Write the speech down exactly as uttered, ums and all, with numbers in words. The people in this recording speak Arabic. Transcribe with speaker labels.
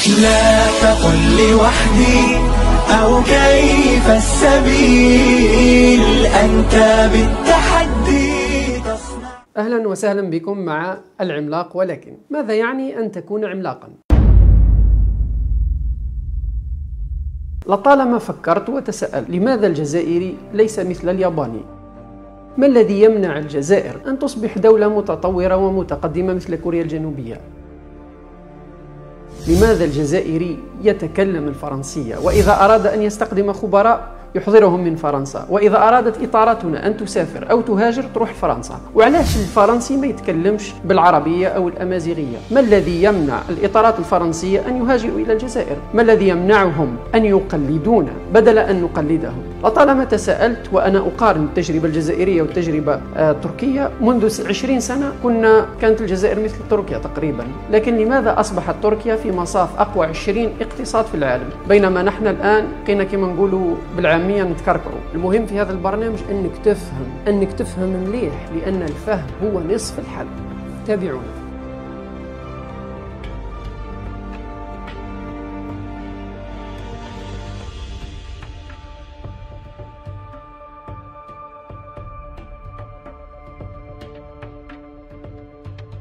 Speaker 1: لا تقل لي وحدي أو كيف السبيل، أنت بالتحدي تصنع.
Speaker 2: أهلا وسهلا بكم مع العملاق. ولكن ماذا يعني أن تكون عملاقا؟ لطالما فكرت وتساءلت لماذا الجزائري ليس مثل الياباني؟ ما الذي يمنع الجزائر أن تصبح دولة متطورة ومتقدمة مثل كوريا الجنوبية؟ لماذا الجزائري يتكلم الفرنسية وإذا أراد أن يستخدم خبراء يحضرهم من فرنسا، وإذا أرادت إطاراتنا أن تسافر أو تهاجر تروح لفرنسا؟ وعلاش الفرنسي ما يتكلمش بالعربية أو الأمازيغية؟ ما الذي يمنع الإطارات الفرنسية أن يهاجروا إلى الجزائر؟ ما الذي يمنعهم أن يقلدونا بدل أن نقلدهم؟ لطالما تساءلت وأنا أقارن التجربة الجزائرية والتجربة التركية. منذ عشرين سنة كنا كانت الجزائر مثل تركيا تقريبا، لكن لماذا أصبحت تركيا في مصاف أقوى عشرين اقتصاد في العالم بينما نحن الآن كنا كما نقولوا بالعامية نتكركروا؟ المهم في هذا البرنامج أنك تفهم أنك تفهم مليح، لأن الفهم هو نصف الحل. تابعونا.